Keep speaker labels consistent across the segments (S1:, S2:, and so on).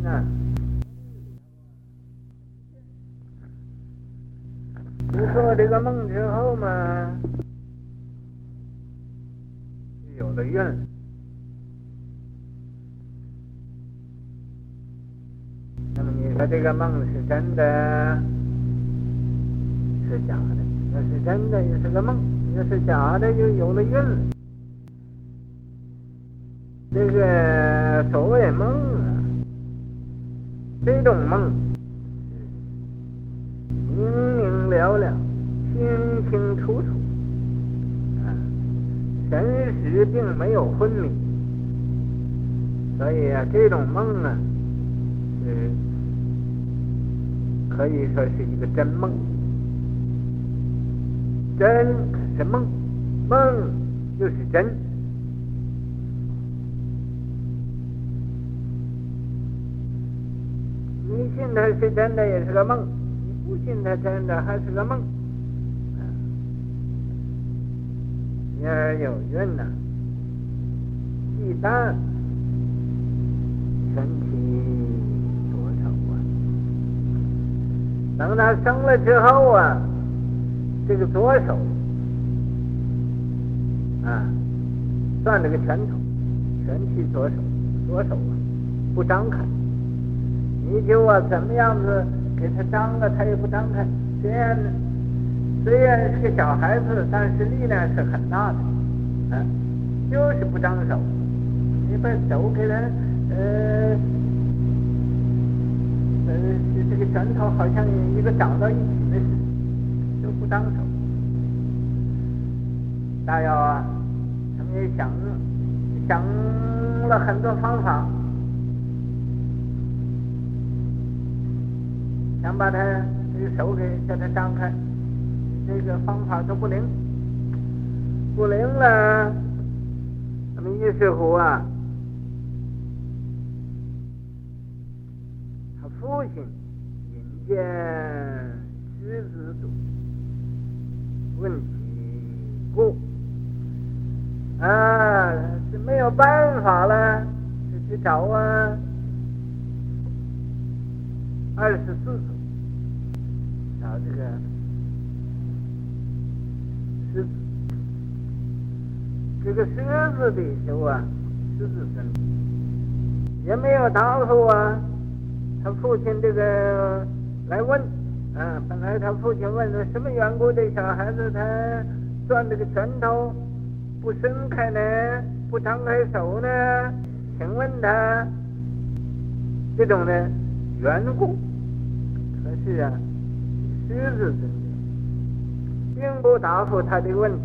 S1: 啊。你做这个梦之后嘛，有了运。那么你说这个梦是真的，是假的？要是真的也是个梦，要是假的就有了运了。这个所谓梦啊，这种梦明明了了，清清楚楚，神识并没有昏迷，所以啊，这种梦啊，是可以说是一个真梦。真可是梦，梦就是真。你信它是真的也是个梦，你不信它真的还是个梦。言而有韵呐，忌惮身体多少啊？等他生了之后啊，这个左手啊，攥着个拳头，拳气左手啊不张开，你就啊怎么样子给他张了，他也不张开。虽然是个小孩子，但是力量是很大的，就是不张手。你把手给他，这个拳头好像一个长到一起的似的，就不张手。大姚啊，他们也想了很多方法，想把他这个手叫他张开。这个方法都不灵了。那么于是乎啊，他父亲引荐狮子主问起故啊，是没有办法了，就去找啊24组，找这个狮子，这个狮子比丘啊，狮子尊也没有答复啊。他父亲这个来问，本来他父亲问了什么缘故，这小孩子他攥这个拳头不伸开呢，不张开手呢？请问他这种的缘故。可是啊，狮子尊并不答复他的问题。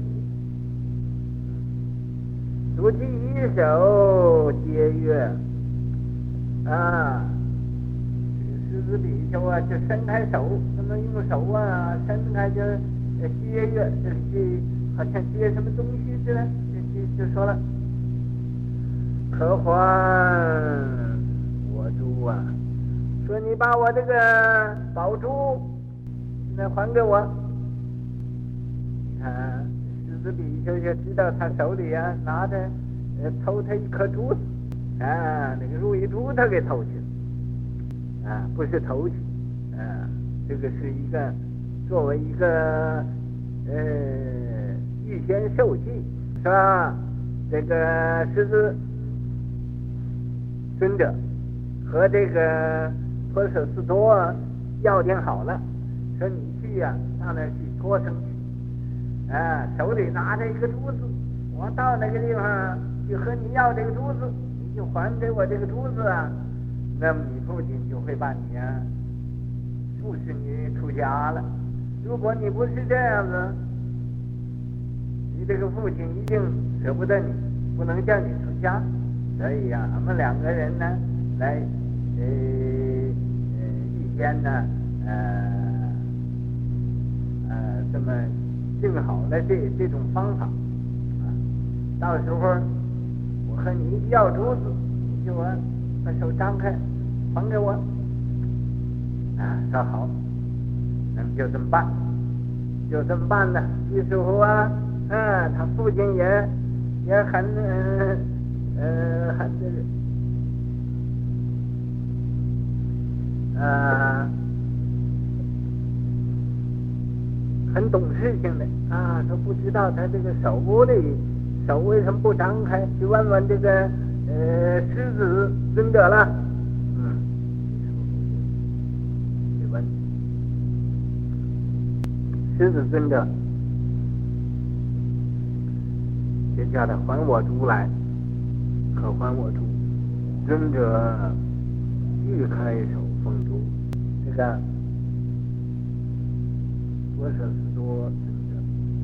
S1: 如其一手皆悦啊，狮子比丘啊，就伸开手，那么用手啊伸开就接悦，就是好像接什么东西似的，就说了：可还我珠啊！说你把我这个宝珠现在还给我。狮子比丘就知道他手里啊拿着偷他一颗珠子那个如意珠他给偷去了不是偷去这个是一个作为一个预先受记，是吧？这个狮子尊者和这个托舍斯多要定好了，说你去呀到那儿去托生去手里拿着一个珠子，我到那个地方去和你要这个珠子，你就还给我这个珠子啊，那么你父亲就会把你促使你出家了。如果你不是这样子，你这个父亲一定舍不得你，不能叫你出家。所以呀，俺们两个人呢来预先呢这么定好了这种方法到时候我和你要珠子，你就把手张开还给我说好，那么就这么办了。于是乎他父亲也很很懂事情的啊，他不知道他这个手为什么不张开？去问问这个狮子尊者了。去问狮子尊者，就叫他还我珠来，可还我珠。尊者欲开手奉珠，这个多舍斯多尊者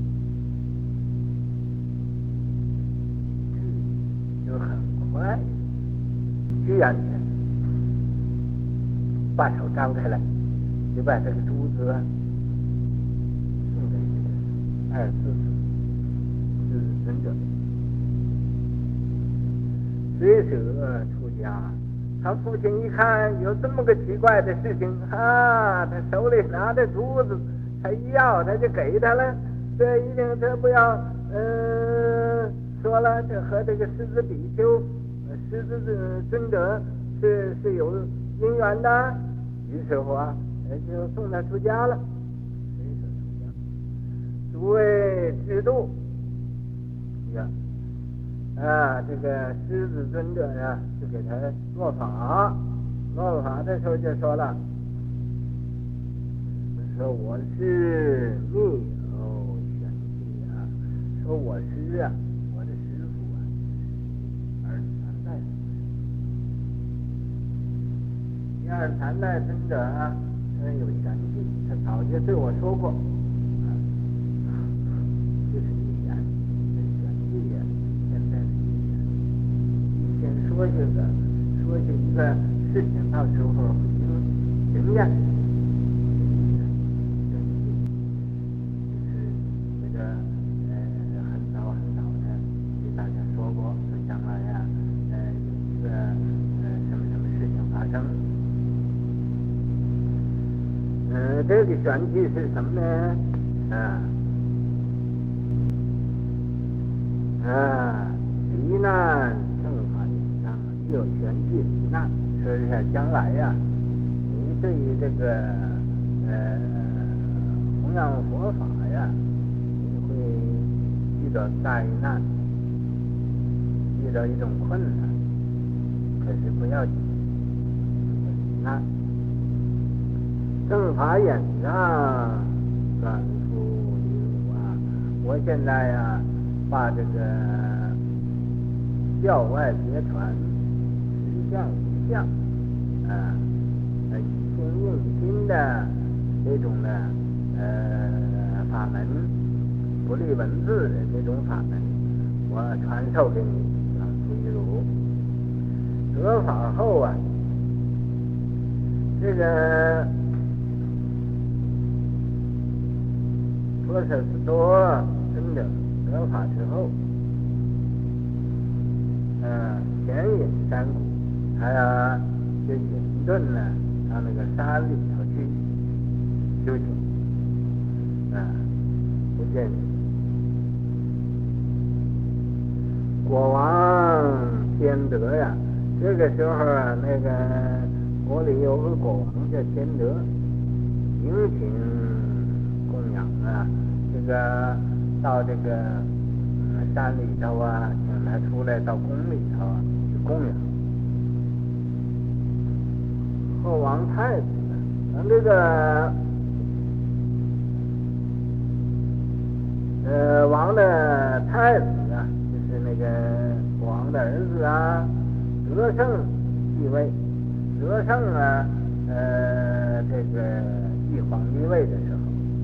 S1: 就很快，居然把手张开来，就把这个珠子送给这个24世尊者。随舍出家，他父亲一看有这么个奇怪的事情啊，他手里拿着珠子，他一要他就给他了，这一定他不要说了，这和这个狮子比丘、狮子尊者是有姻缘的，于是乎啊，就送他出家了。随舍出家，诸位知度呀。这个狮子尊者呀，就给他落法的时候就说了，说我是密有玄机啊，说我师啊，我的师父啊，23代第23代尊者啊，他有玄机，他早就对我说过，就是预言，玄机呀。说一个事情，到时候会经验，就是这个很早的给大家说过，说将来呀，有一个什么事情发生。这个玄机是什么呢？罹难。有玄机罹难，说是将来呀，你对于这个弘扬佛法呀，你会遇到灾难，遇到一种困难，可是不要紧，罹难。正法眼上转复一路啊！我现在呀，把这个教外别传。相一相，以心应心的这种的法门，不立文字的这种法门，我传授给你，出一如。得法后啊，这个多舍斯多真的得法之后，显隐山谷。还要就隐遁呢，到那个山里头去修行，不见人。国王天德呀，这个时候啊，那个国里有个国王叫天德，迎请供养啊，这个到这个山里头啊，请他出来到宫里头去供养。后王太子，咱这个王的太子啊，就是那个国王的儿子啊，德胜继位。德胜啊，这个继皇帝位的时候，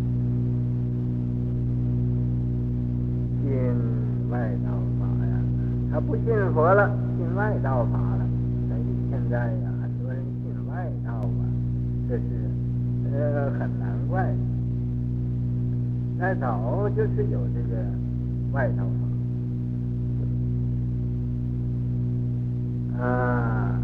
S1: 信外道法呀，他不信佛了，信外道法了。所以现在呀，很多人信外道啊，这是很难怪的。在早就是有这个外道法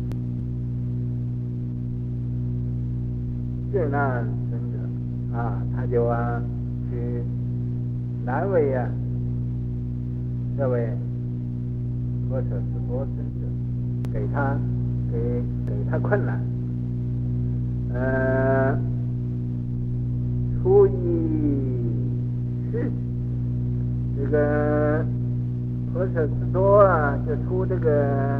S1: 智难尊者他就去难为这位多舍斯多尊者，给他困难， 初一是这个婆舍斯多啊，就出这个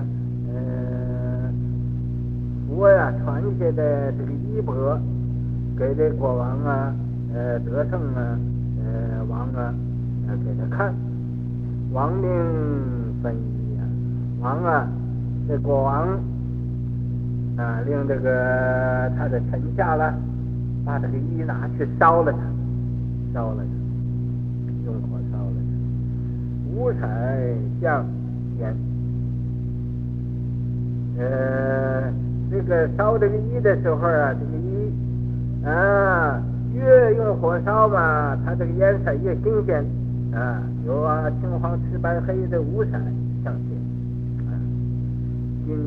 S1: 佛呀传下的这个衣钵给这国王啊，德胜啊，王啊，给他看。王命分衣啊，王啊，这国王啊，令这个他的臣下了，把这个衣拿去烧了它，用火烧了它，五彩相间。这个烧这个衣的时候啊，这个衣啊，越用火烧嘛，它这个颜色越新鲜啊，有青黄赤白黑的五彩相间啊，金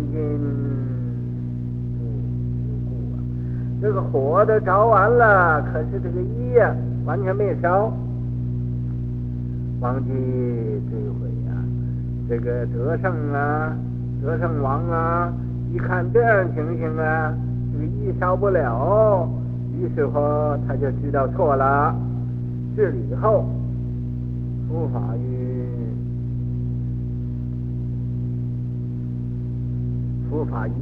S1: 不顾啊，这个火都着完了，可是这个衣呀完全没烧。王姬这一回呀，这个德胜王啊，一看这样情形啊，这个衣烧不了，于是乎他就知道错了。治理后，伏法于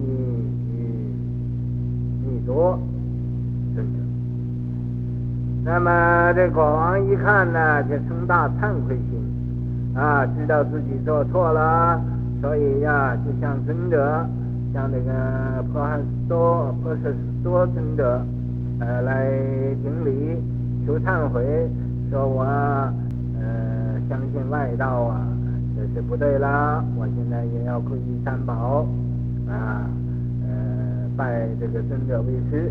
S1: 弥多尊者。那么这国王一看呢，就生大忏悔心啊，知道自己做错了，所以呀，就向尊者，向这个婆舍斯多尊者来顶礼求忏悔，说我相信外道啊，这是不对了，我现在也要皈依三宝啊，拜这个尊者为师。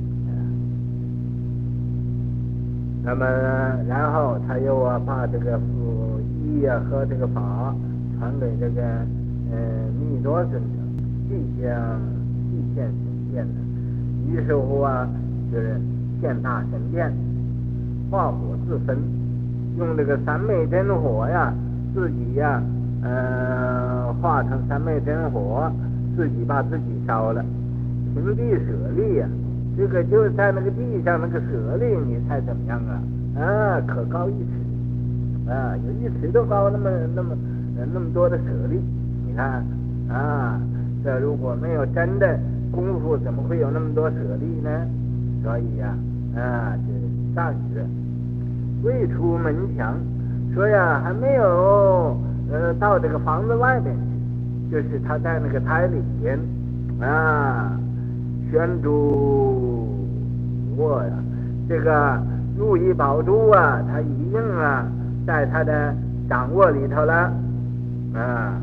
S1: 那么然后他又把这个义啊和这个法传给这个弥多尊者，即现神变的。于是乎啊，就是现大神变，化火自焚，用这个三昧真火呀，自己呀化成三昧真火，自己把自己烧了。平地舍利呀，这个就在那个地上那个舍利，你猜怎么样啊？可高1尺啊，有1尺都高，那么多的舍利，你看啊，这如果没有真的功夫，怎么会有那么多舍利呢？所以呀，这上学未出门墙，说呀还没有到这个房子外边去，就是他在那个台里边啊，宣诸握呀，这个如意宝珠啊，他已经在他的掌握里头了啊。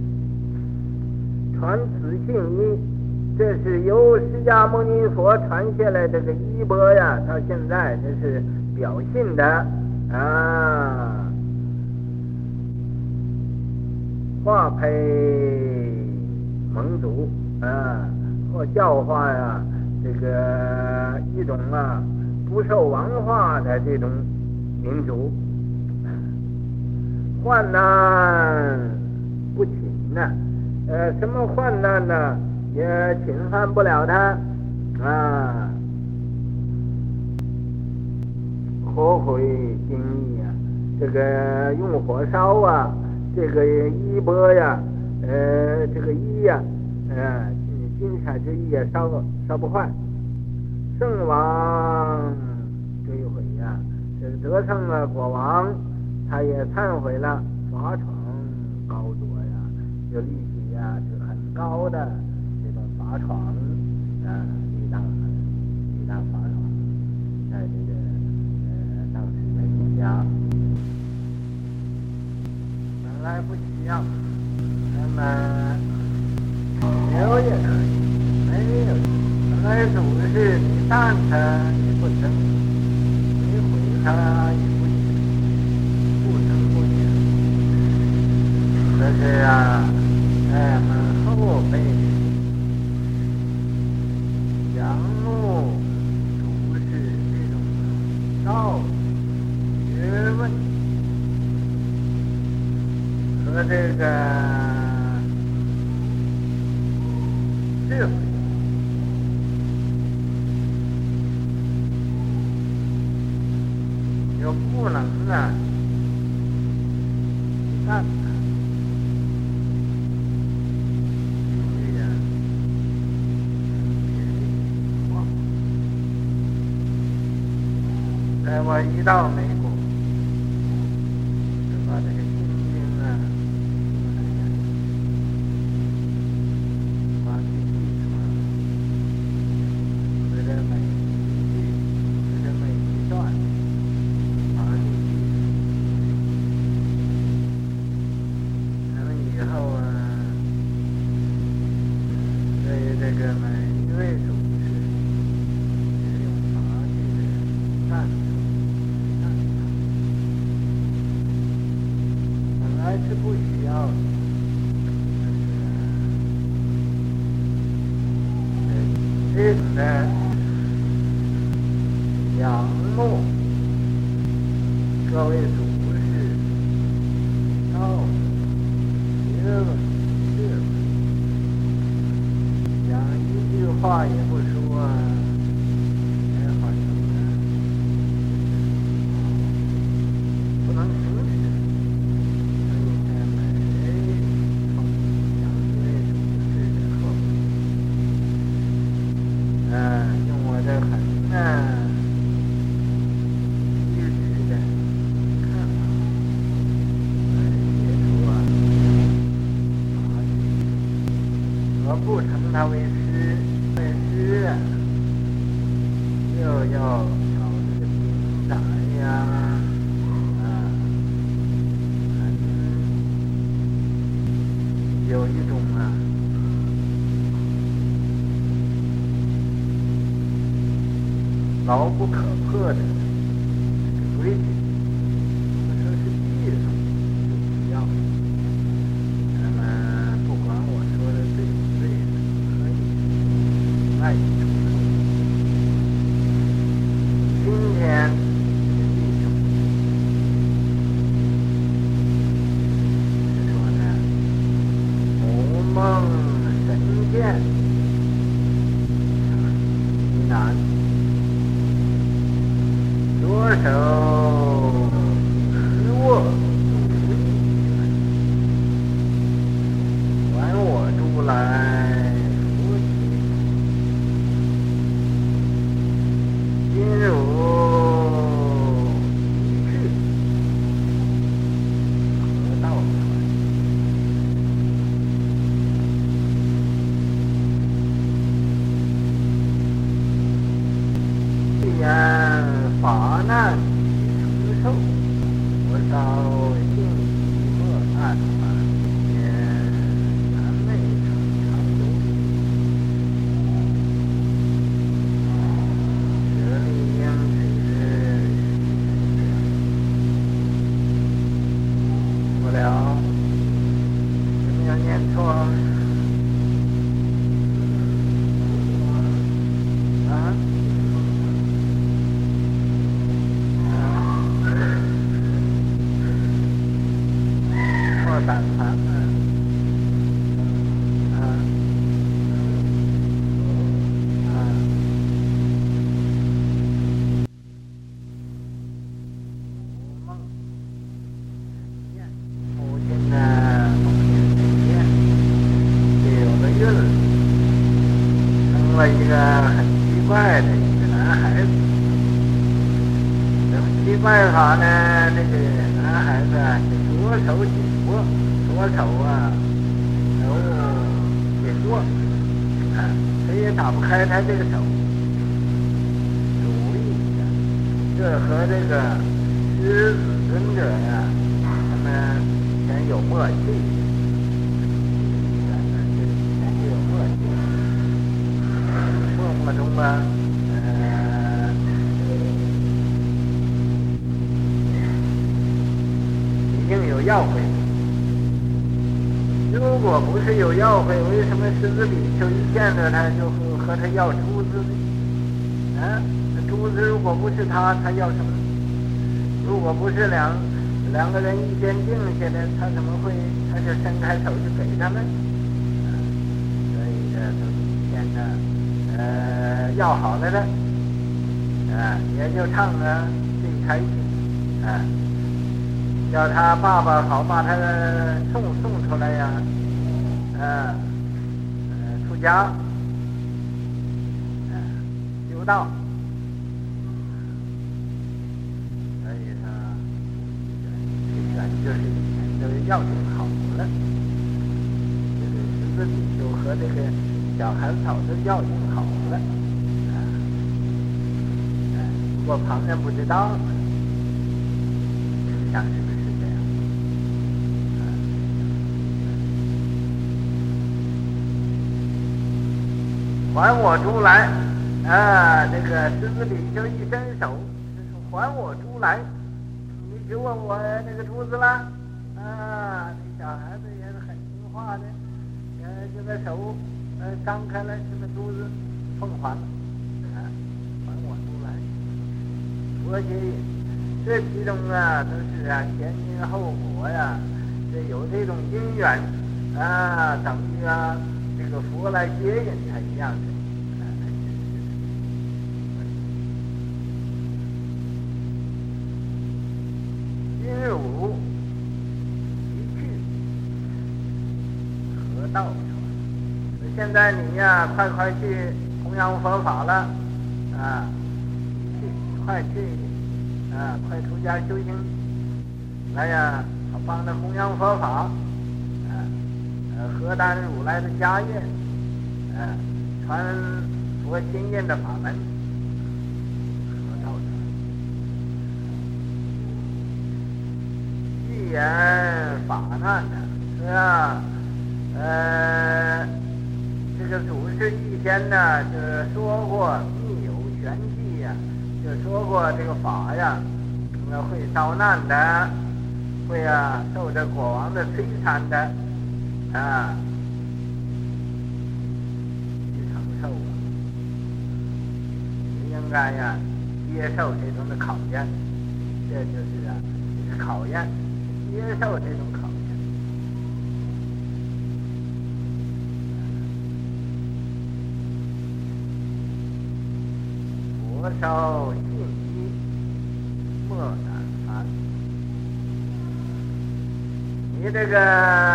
S1: 传此信衣，这是由释迦牟尼佛传下来这个衣钵呀，到现在这是表信的啊，化配蒙族啊，或教化呀，这个一种不受王化的这种民族，患难不侵呢，什么患难呢，也侵犯不了他啊。火毁金衣啊，这个用火烧啊，这个衣钵呀，这个衣呀，金彩之衣也烧不坏。圣王这一回呀，这个德胜国王他也忏悔了，法床高多呀，就立起是很高的这种法床一大法床，在这个当时的国家本来不需要，那么有也可以，没有本来总是你赞他也不成，你毁他也不行，不成不行。可是后辈仰慕主是这种道理学问和这个智慧， 不能啊干他。这样我一到美国，就把这个心经啊，把这记住了，这每一句，这每一段，把这记住。咱们以后啊，对于这个每一位祖师，使用法句的赞颂。还是不需要的，这种的仰慕各位祖师道学问智慧，讲一句话也不说啊，反正不能行使。用我这很一直的看法来解除啊，我不称他为师，又要找这个平台呀，有一种牢不可破的规矩，我说是技术就不要。那么不管我说的对不对，可以爱你承受。今天是技术，是说呢，母梦神见极难。左手持握无意权，还我出来扶起，今如一去，何道传？既然法难承受，我稍信以莫难传，也难未常有理。舍利应此不了，有没有念错？啊？胆盘母亲呢，梦见神仙，就有了孕了，生了一个很奇怪的一个男孩子。怎么奇怪法呢？这个男孩子啊，是左手紧握，左手手紧握，谁也打不开他这个手。主意这和这个狮子尊者呀，他们全有默契，全有默契。默中一定有要会。如果不是有要会，为什么狮子比丘一见着他就和他要珠子呢？那珠子如果不是他要什么？如果不是两个人一边定下来，他怎么会？他就伸开手就给他们？所以这都体现着要好了的，也就唱得最开心。 叫他爸爸好把他送出来呀，出家，修道，所以他就是以前都要定好了，这个十字比丘和这个小海草都要定好了，不过旁人不知道，你想是不是这样？还我猪来！这个十字比丘一伸手，还我猪来！你去问我那个猪子了？那小孩子也是很听话的，这个手张开了，这个猪子奉还了，还我猪来！佛解引，这其中都是前因后果呀，这有这种因缘等于这个佛来接引他一样的。今日午一去河道传，现在你快去弘扬佛法了快去快出家修行来呀，帮着弘扬佛法何担如来的家业传佛心印的法门，河道传预言法难的这个祖师以前就说过密有玄机就说过这个法会遭难的，会受着国王的摧残的去承受你应该接受这种的考验，这就是考验，接受这种考验。佛烧信衣，莫难烦。你这个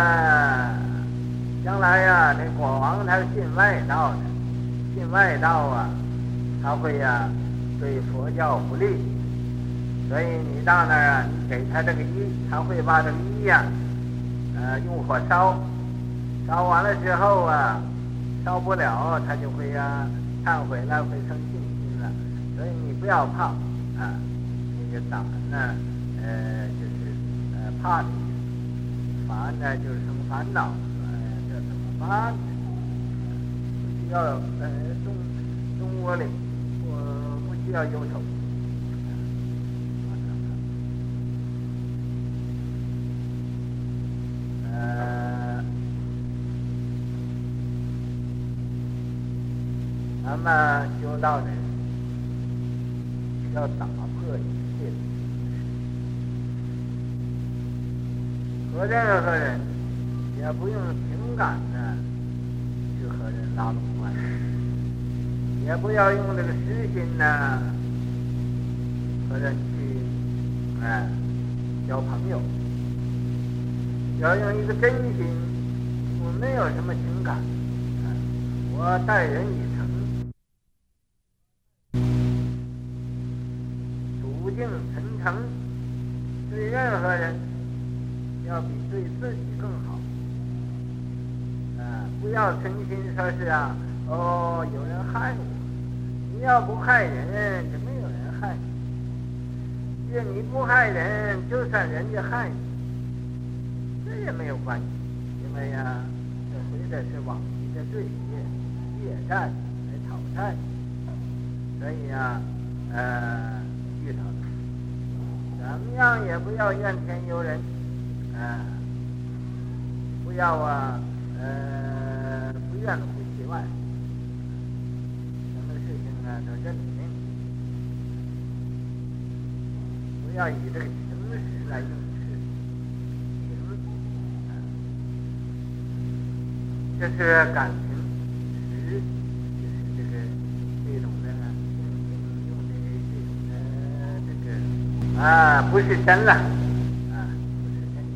S1: 将来这国王他是信外道的，信外道他会对佛教不利，所以你到那儿你给他这个衣，他会把这个衣用火烧，烧完了之后烧不了，他就会忏悔了，会生信心了。所以你不要怕这个胆就是怕的意思，烦就是生烦恼，这怎么办？不需要中窝里，不需要忧愁。咱们修道的人要打破一切和任何人也不用情感去和人拉拢关系，也不要用这个实心和人去交朋友，要用一个真心。我没有什么情感我待人以诚，笃定真诚，对任何人要比对自己更好不要存心说是有人害我，你要不害人就没有人害你，就你不害人，就算人家害你这也没有关系，因为这回的是往昔的罪业债来讨债，所以遇到怎么样也不要怨天尤人不要不怨乎其外，什么事情都认命，不要以这个情识来用事，这是感情，识就是这种的用的这种的这个不是真了，不是真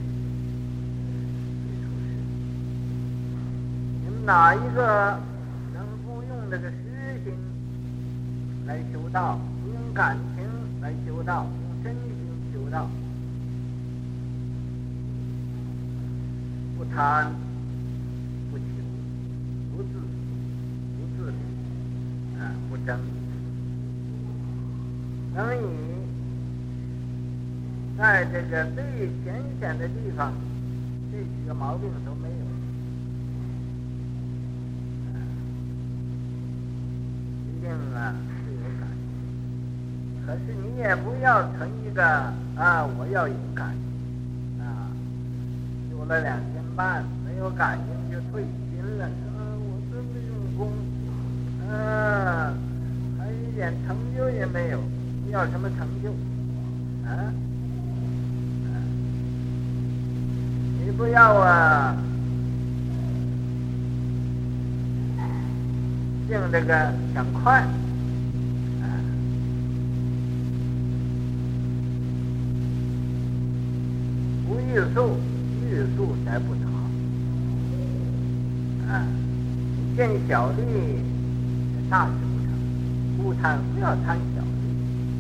S1: 处事。你们哪一个能不用这个实心来修道，不用感情来修道，用真心修道，不贪不求不自利不争，能以在这个最浅显的地方这几个毛病都没有，一定是有感情。可是你也不要存一个我要有感情修了2天半没有感情就退心了，我这么用功还一点成就也没有，要什么成就你不要净这个想快不欲速，欲速才不得你见小利大事不成，不要贪小利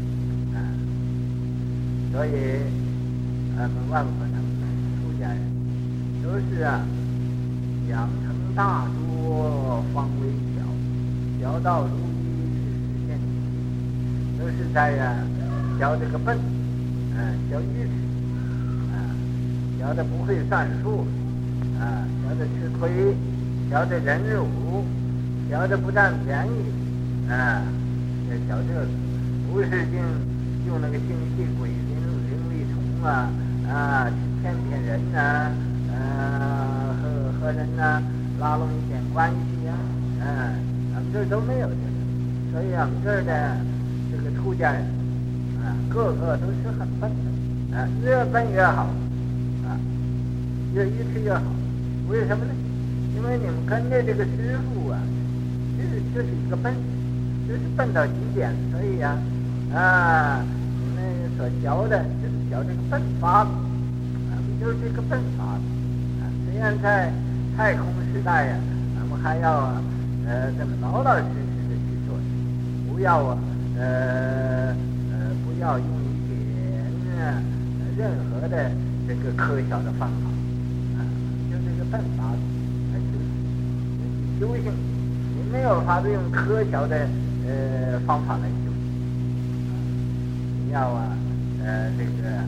S1: 所以我们万佛堂出家人都是养成大拙方为小，小道如一是实现体，都是在教这个笨教愚痴教的不会算数教的吃亏，教的忍辱，教的不占便宜教这个不是用那个精细鬼灵力虫去骗人和人拉拢一点关系俺们这儿都没有这个，所以俺们这儿的这个出家人个个都是很笨的越笨越好越愚痴越好。为什么呢？因为你们跟着这个师傅就是一个笨，就是笨到极点，所以你们所教的就是教这个笨法子就是这个笨法子虽然在太空时代我们还要这么老老实实的去做，不要不要用一点任何的这个科学的方法就这个笨法子来修行，你没有法子用科学的方法来修行你要这个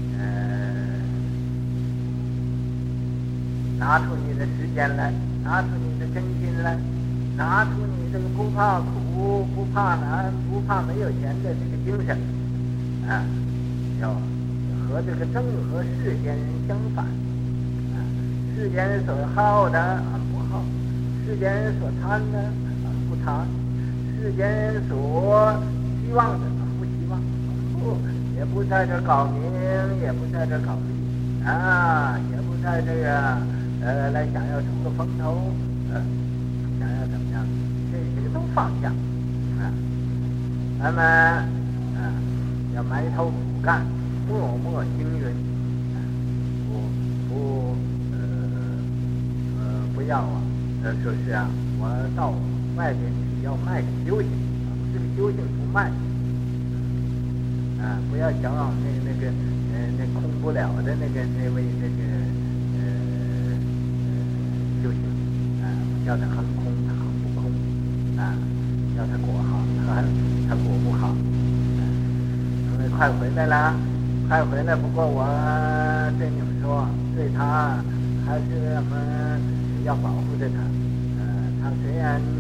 S1: 拿出你的时间来，拿出你的真心来，拿出你这个不怕苦不怕难不怕没有钱的这个精神要和这个正和世间人相反世间人所好的俺不好，世间人所贪的俺不贪，世间人所希望的俺不希望，也不在这搞名，也不在这搞利也不在这个来想要出个风头想要怎么样，这些都放下咱们要埋头苦干，默默耕耘不要说是我到外边去要卖个修行这个修行不卖不要想往那空不了的那位修行叫他很空他很不空叫他果好他果不好快回来了，快回来，不过我对你们说，对他还是我们要保护着他他虽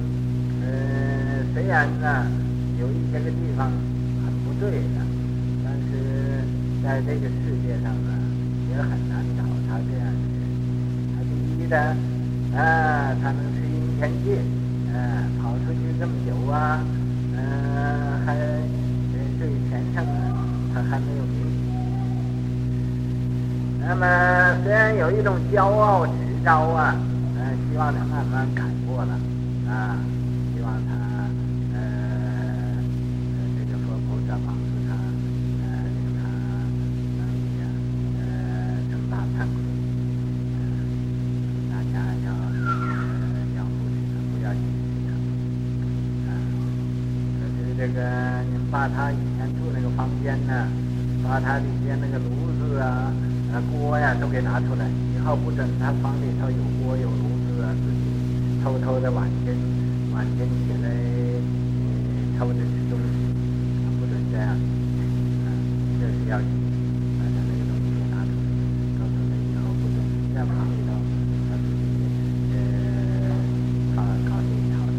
S1: 然有一些个地方很不对的，但是在这个世界上也很难找他这样的人。他第一的他能吃阴天界跑出去这么久还对前程他还没有名气。那么虽然有一种骄傲执招希望他慢慢改过了希望他这个佛菩萨帮助他这个你们把他以前住那个房间呢，把他里边那个炉子啊、锅呀都给拿出来，以后不准他房里头有锅有炉子啊，自己偷偷的晚间起来偷着吃东西，不准这样，这是要求，把他那个东西给拿出来，告诉他以后不准在房里头他自己搞这一套的。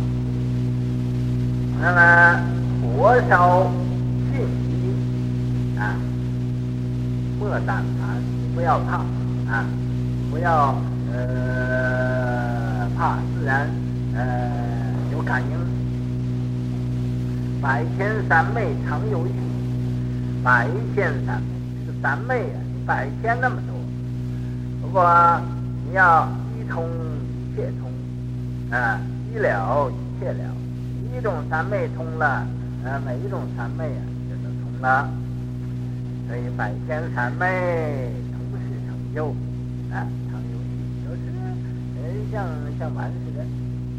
S1: 那么火烧信衣莫胆寒，不要怕不要怕，自然有感应。百千三昧常有许，百千三昧，这个三昧百千那么多。不过你要一通一切通一了一切了，一种三昧通了每一种三昧就都通了。所以百千三昧同时成就常有许，就是像玩似的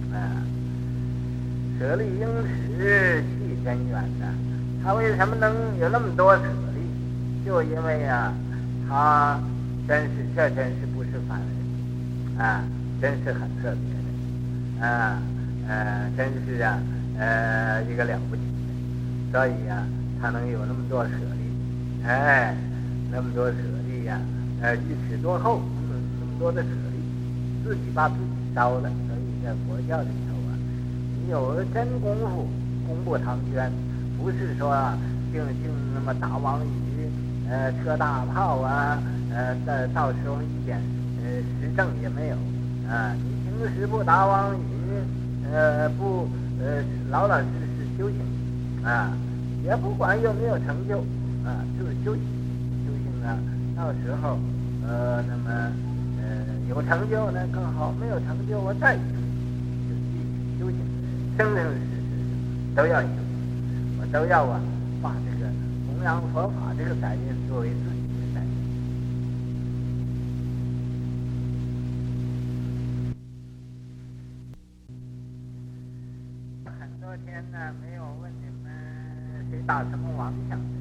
S1: 舍利应持系真缘他为什么能有那么多舍利？就因为他这真是不是凡人真是很特别的真是一个了不起的，所以他能有那么多舍利，那么多舍利一尺多厚，那么多的舍利，自己把自己烧了。所以在佛教里头你有真功夫功不唐捐，不是说净那么打妄语车大炮到时候一点实证也没有你平时不打妄语不老老实实修行也不管有没有成就就是修行到时候那么有成就呢更好，没有成就我再修，就继续修行，生生世世都要修，我都要把这个弘扬佛法这个载业作为自己的载业。很多天没有问你们谁打什么妄想的，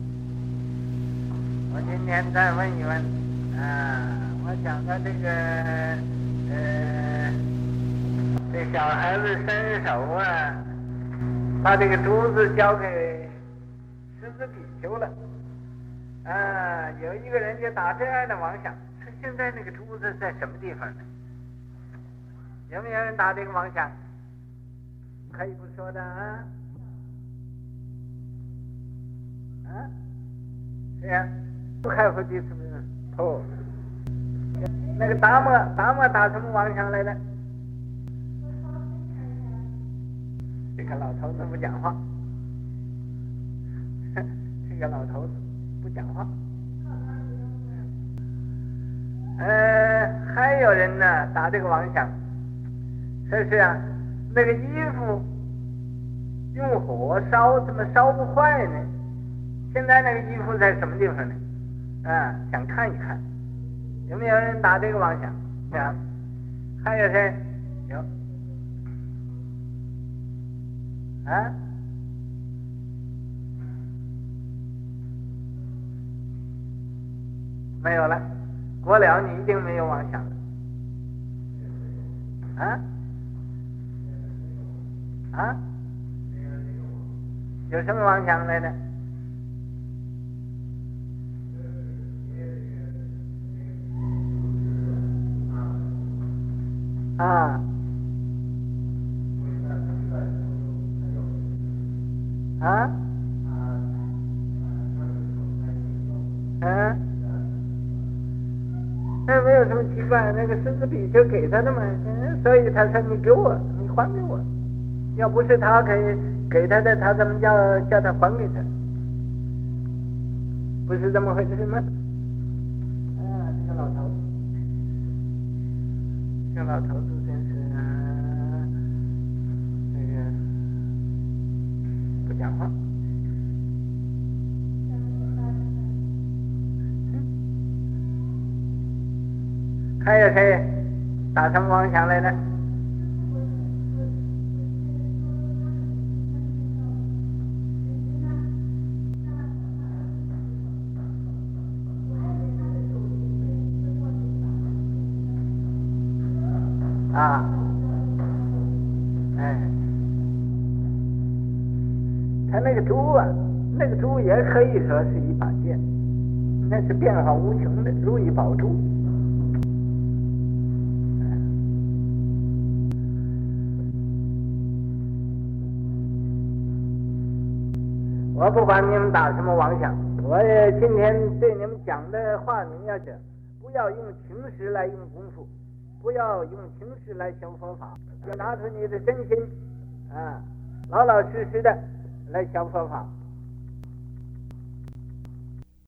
S1: 我今天再问一问我讲的这个这小孩子伸手把这个珠子交给狮子比丘了有一个人就打这样的妄想，说现在那个珠子在什么地方呢？有没有人打这个妄想？可以不说的是呀，不开口就是不是哦。那个达摩打什么妄想来了？这个老头子不讲话，这个老头子不讲话。还有人打这个妄想，说是那个衣服用火烧怎么烧不坏呢？现在那个衣服在什么地方呢？想看一看，有没有人打这个妄想？还有谁？有没有了。过了你一定没有妄想了有什么妄想来的？没有什么奇怪，那个狮子比丘给他的嘛，所以他说你给我，你还给我，要不是他给他的，他怎么叫他还给他？不是这么回事吗？这个老头子，这个老头子真是这个不讲话。还有谁打什么妄想来呢？ 他那个珠也可以说是一把剑，那是变化无穷的如意宝珠。我不管你们打什么妄想，我今天对你们讲的话，你们要讲，不要用情识来用功夫，不要用情识来修佛法，要拿出你的真心啊，老老实实的来修佛法。